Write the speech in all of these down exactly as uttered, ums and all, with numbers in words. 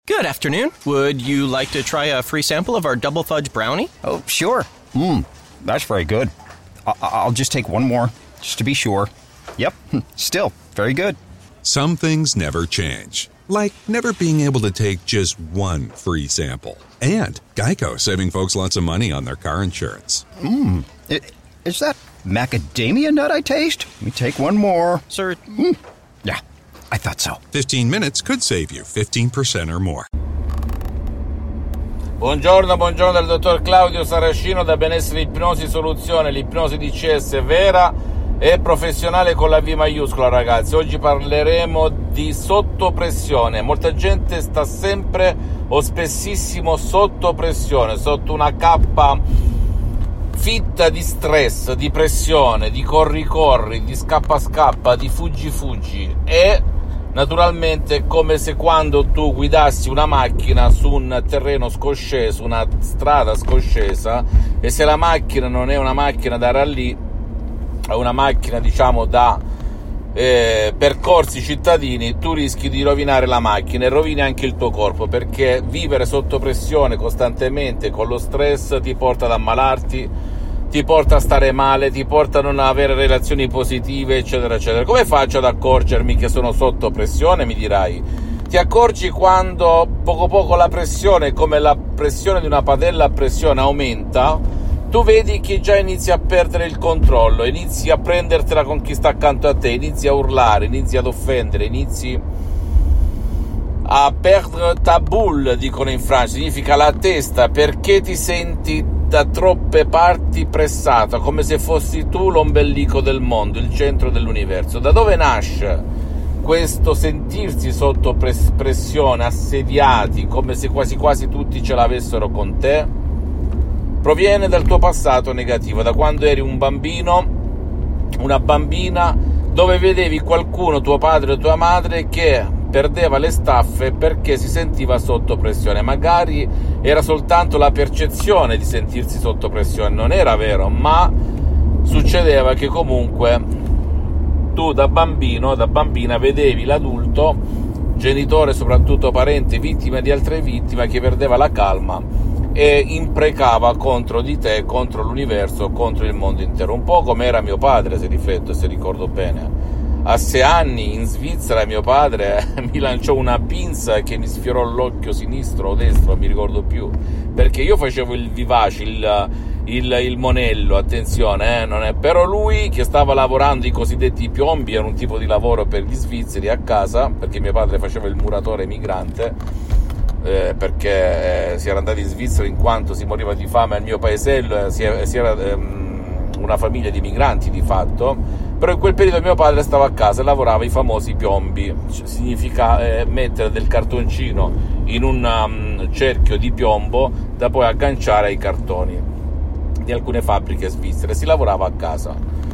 Good afternoon. Would you like to try a free sample of our double fudge brownie? Oh, sure. Mmm, that's very good. I- I'll just take one more, just to be sure. Yep, still very good. Some things never change, like never being able to take just one free sample. And Geico saving folks lots of money on their car insurance. Mmm, is that macadamia nut I taste? Let me take one more. Sir? Mm. Yeah, I thought so. fifteen minutes could save you fifteen percent or more. Buongiorno, buongiorno dal dottor Claudio Saracino da Benessere Ipnosi Soluzione, l'ipnosi D C S vera e professionale con la V maiuscola, ragazzi. Oggi parleremo di sottopressione. Molta gente sta sempre o spessissimo sotto pressione, sotto una cappa fitta di stress, di pressione, di corri-corri, di scappa-scappa, di fuggi-fuggi. E naturalmente è come se quando tu guidassi una macchina su un terreno scosceso, una strada scoscesa, e se la macchina non è una macchina da rallye, è una macchina diciamo da eh, percorsi cittadini, tu rischi di rovinare la macchina e rovini anche il tuo corpo, perché vivere sotto pressione costantemente con lo stress ti porta ad ammalarti, ti porta a stare male, ti porta a non avere relazioni positive, eccetera eccetera. Come faccio ad accorgermi che sono sotto pressione, mi dirai? Ti accorgi quando poco poco la pressione, come la pressione di una padella a pressione, aumenta. Tu vedi che già inizi a perdere il controllo, inizi a prendertela con chi sta accanto a te, inizi a urlare, inizi ad offendere, inizi a perdere ta boule, dicono in Francia, significa la testa, perché ti senti da troppe parti pressata, come se fossi tu l'ombelico del mondo, il centro dell'universo. Da dove nasce questo sentirsi sotto pres- pressione, assediati, come se quasi quasi tutti ce l'avessero con te? Proviene dal tuo passato negativo, da quando eri un bambino, una bambina, dove vedevi qualcuno, tuo padre o tua madre, che perdeva le staffe perché si sentiva sotto pressione. Magari era soltanto la percezione di sentirsi sotto pressione, non era vero, ma succedeva che comunque tu da bambino, da bambina vedevi l'adulto, genitore, soprattutto parente, vittima di altre vittime, che perdeva la calma e imprecava contro di te, contro l'universo, contro il mondo intero. Un po' come era mio padre, se rifletto e se ricordo bene. A sei anni in Svizzera mio padre mi lanciò una pinza che mi sfiorò l'occhio sinistro o destro, non mi ricordo più, perché io facevo il vivace, il, il, il monello, attenzione, eh, non è, però lui che stava lavorando i cosiddetti piombi, era un tipo di lavoro per gli svizzeri a casa, perché mio padre faceva il muratore migrante, eh, perché eh, si era andati in Svizzera in quanto si moriva di fame al mio paesello, si, si era ehm, una famiglia di migranti di fatto. Però in quel periodo mio padre stava a casa e lavorava i famosi piombi, significa eh, mettere del cartoncino in un um, cerchio di piombo da poi agganciare ai cartoni di alcune fabbriche svizzere. Si lavorava a casa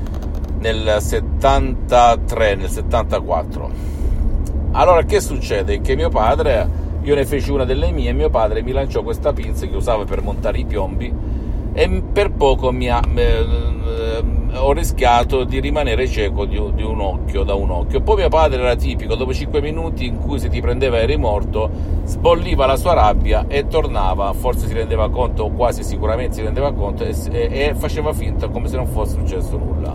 nel settantatré, nel settantaquattro. Allora che succede? Che mio padre, io ne feci una delle mie, mio padre mi lanciò questa pinza che usava per montare i piombi e per poco mi ha, eh, ho rischiato di rimanere cieco di, di un occhio, da un occhio. Poi mio padre era tipico, dopo cinque minuti in cui se ti prendeva eri morto, sbolliva la sua rabbia e tornava, forse si rendeva conto, o quasi sicuramente si rendeva conto, e, e, e faceva finta come se non fosse successo nulla.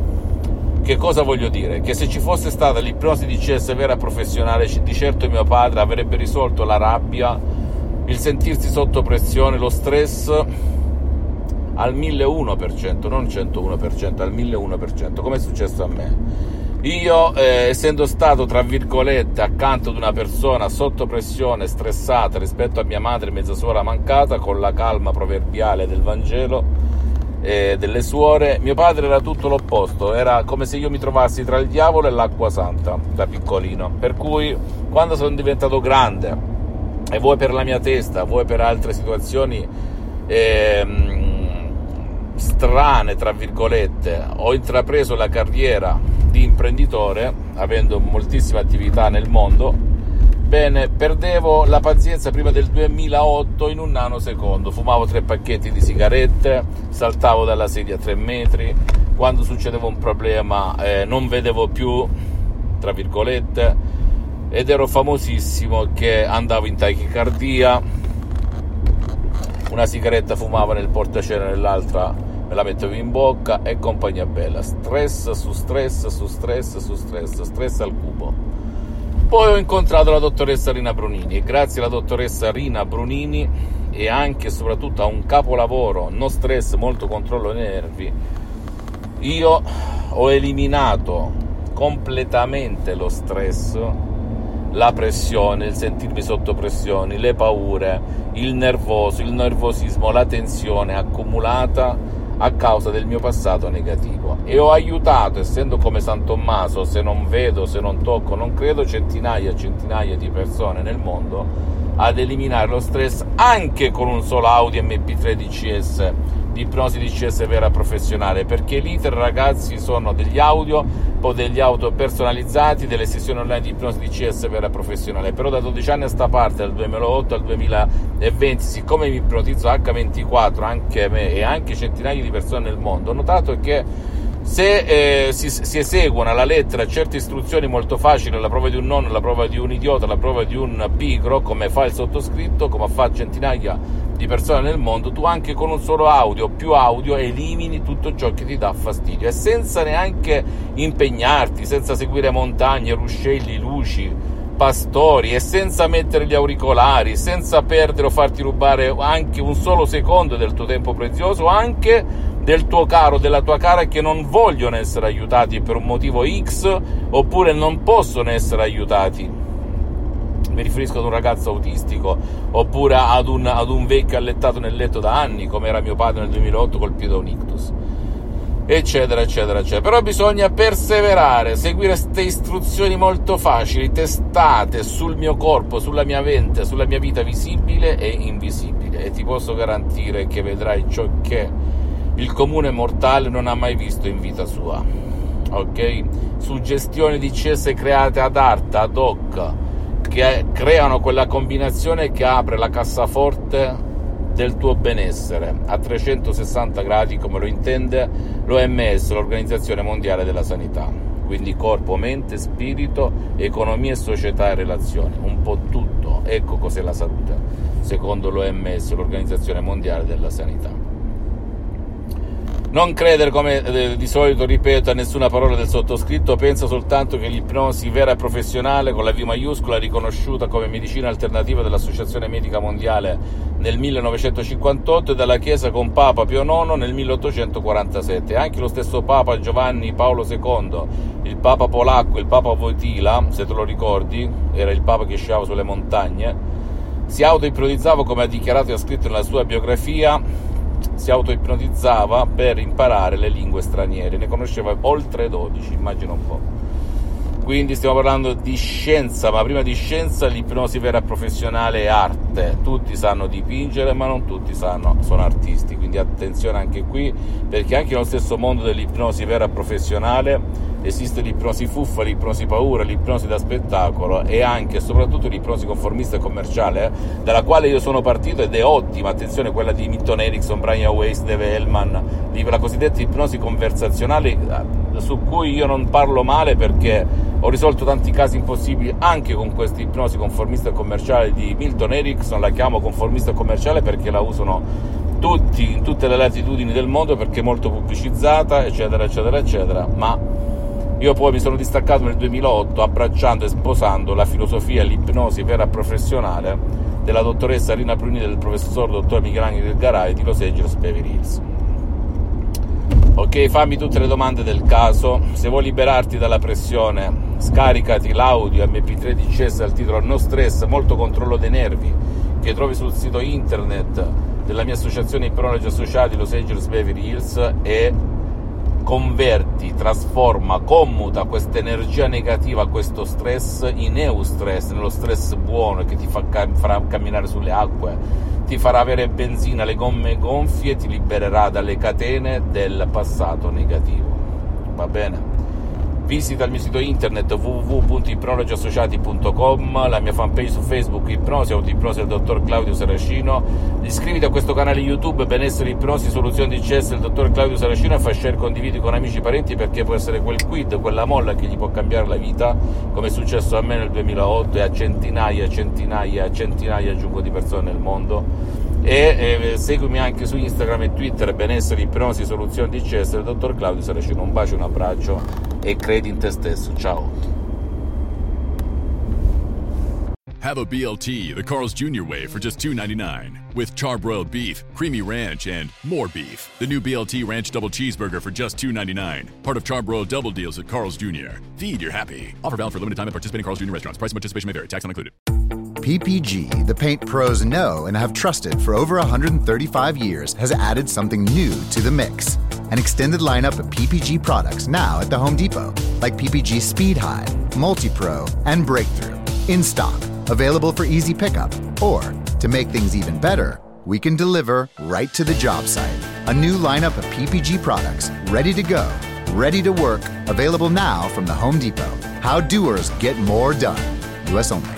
Che cosa voglio dire? Che se ci fosse stata l'ipnosi D C S vera professionale, di certo mio padre avrebbe risolto la rabbia, il sentirsi sotto pressione, lo stress al mille uno per cento, non centouno per cento, al mille uno per cento, come è successo a me. Io, eh, essendo stato, tra virgolette, accanto ad una persona sotto pressione, stressata rispetto a mia madre, mezza suora mancata, con la calma proverbiale del Vangelo e delle suore, mio padre era tutto l'opposto, era come se io mi trovassi tra il diavolo e l'acqua santa, da piccolino. Per cui, quando sono diventato grande, e vuoi per la mia testa, vuoi per altre situazioni ehm, strane, tra virgolette, ho intrapreso la carriera di imprenditore, avendo moltissime attività nel mondo. Bene, perdevo la pazienza prima del duemilaotto in un nanosecondo, fumavo tre pacchetti di sigarette, saltavo dalla sedia a tre metri, quando succedeva un problema eh, non vedevo più, tra virgolette, ed ero famosissimo che andavo in tachicardia, una sigaretta fumavo nel portacena, nell'altra me la mettevo in bocca e compagnia bella, stress su stress su stress su stress, stress al cubo. Poi ho incontrato la dottoressa Rina Brunini e grazie alla dottoressa Rina Brunini e anche e soprattutto a un capolavoro, no stress, molto controllo dei nervi, io ho eliminato completamente lo stress, la pressione, il sentirmi sotto pressioni, le paure, il nervoso, il nervosismo, la tensione accumulata a causa del mio passato negativo, e ho aiutato, essendo come San Tommaso, se non vedo, se non tocco, non credo, centinaia e centinaia di persone nel mondo ad eliminare lo stress anche con un solo audio M P tre D C S, di ipnosi D C S vera professionale, perché l'iter, ragazzi, sono degli audio, poi degli audio personalizzati, delle sessioni online di ipnosi D C S vera professionale. Però da dodici anni a sta parte, dal duemilaotto al duemilaventi, siccome mi ipnotizzo acca ventiquattro, anche me e anche centinaia di persone nel mondo, ho notato che se eh, si, si eseguono alla lettera certe istruzioni molto facili, la prova di un nonno, la prova di un idiota, la prova di un pigro, come fa il sottoscritto, come fa centinaia di persone nel mondo, tu anche con un solo audio, più audio, elimini tutto ciò che ti dà fastidio, e senza neanche impegnarti, senza seguire montagne, ruscelli, luci, pastori, e senza mettere gli auricolari, senza perdere o farti rubare anche un solo secondo del tuo tempo prezioso, anche del tuo caro, della tua cara, che non vogliono essere aiutati per un motivo X, oppure non possono essere aiutati. Mi riferisco ad un ragazzo autistico, oppure ad un, ad un vecchio allettato nel letto da anni, come era mio padre nel duemilaotto colpito da un ictus, eccetera eccetera eccetera. Però bisogna perseverare, seguire queste istruzioni molto facili, testate sul mio corpo, sulla mia mente, sulla mia vita visibile e invisibile, e ti posso garantire che vedrai ciò che il comune mortale non ha mai visto in vita sua. Ok? Suggestioni D C S create ad arte, ad hoc, che creano quella combinazione che apre la cassaforte del tuo benessere a trecentosessanta gradi, come lo intende l'O M S, l'Organizzazione Mondiale della Sanità. Quindi corpo, mente, spirito, economia e società e relazioni, un po' tutto. Ecco cos'è la salute, secondo l'O M S, l'Organizzazione Mondiale della Sanità. Non credere, come eh, di solito ripeto, a nessuna parola del sottoscritto, pensa soltanto che l'ipnosi vera e professionale, con la V maiuscola, riconosciuta come medicina alternativa dall'Associazione Medica Mondiale nel millenovecentocinquantotto e dalla Chiesa con Papa Pio nono nel milleottocentoquarantasette. Anche lo stesso Papa Giovanni Paolo secondo, il Papa polacco, il Papa Wojtyla, se te lo ricordi, era il Papa che sciava sulle montagne, si autoipnotizzava, come ha dichiarato e ha scritto nella sua biografia, si autoipnotizzava per imparare le lingue straniere, ne conosceva oltre dodici, immagina un po'. Quindi stiamo parlando di scienza, ma prima di scienza l'ipnosi vera e professionale è arte. Tutti sanno dipingere, ma non tutti sanno, sono artisti, quindi attenzione anche qui, perché anche nello stesso mondo dell'ipnosi vera e professionale esiste l'ipnosi fuffa, l'ipnosi paura, l'ipnosi da spettacolo e anche e soprattutto l'ipnosi conformista e commerciale, eh, dalla quale io sono partito, ed è ottima, attenzione, quella di Milton Erickson, Brian Weiss, Dave Hellman, la cosiddetta ipnosi conversazionale, su cui io non parlo male perché ho risolto tanti casi impossibili anche con questa ipnosi conformista e commerciale di Milton Erickson. La chiamo conformista e commerciale perché la usano tutti, in tutte le latitudini del mondo, perché è molto pubblicizzata, eccetera eccetera eccetera, ma io poi mi sono distaccato nel duemilaotto abbracciando e sposando la filosofia e l'ipnosi vera professionale della dottoressa Rina Brunini e del professor dottor Michelangelo Del Garai di Los Angeles Beverly Hills. Ok, fammi tutte le domande del caso. Se vuoi liberarti dalla pressione, scaricati l'audio M P tre D C S al titolo No Stress, molto controllo dei nervi, che trovi sul sito internet della mia associazione Ipnologi Associati Los Angeles Beverly Hills, e converti, trasforma, commuta questa energia negativa, questo stress in eustress, nello stress buono che ti fa cam- farà camminare sulle acque, ti farà avere benzina, le gomme gonfie, ti libererà dalle catene del passato negativo. Va bene? Visita il mio sito internet w w w punto ipnologi associati punto com, la mia fanpage su Facebook Ipnosi, Autoipnosi del dottor Claudio Saracino. Iscriviti a questo canale YouTube Benessere Ipnosi Soluzioni di C S del dottor Claudio Saracino e fai share, condividi con amici e parenti, perché può essere quel quid, quella molla che gli può cambiare la vita, come è successo a me nel duemilaotto e a centinaia, centinaia, centinaia aggiungo di persone nel mondo. E eh, seguimi anche su Instagram e Twitter, Benessere Ipnosi Soluzioni di C S del dottor Claudio Saracino. Un bacio, un abbraccio e credi in te stesso. Ciao. Have a B L T the Carl's Junior way for just two ninety-nine. With charbroiled beef, creamy ranch, and more beef. The new B L T Ranch Double Cheeseburger for just two ninety-nine. Part of charbroiled double deals at Carl's Junior Feed your happy. Offer valid for limited time at participating Carl's Junior restaurants. Price and participation may vary. Tax not included. P P G, the paint pros know and have trusted for over one hundred thirty-five years, has added something new to the mix. An extended lineup of P P G products now at the Home Depot, like P P G Speed High, Multi-Pro, and Breakthrough. In stock, available for easy pickup. Or, to make things even better, we can deliver right to the job site. A new lineup of P P G products, ready to go, ready to work, available now from the Home Depot. How doers get more done. U S only.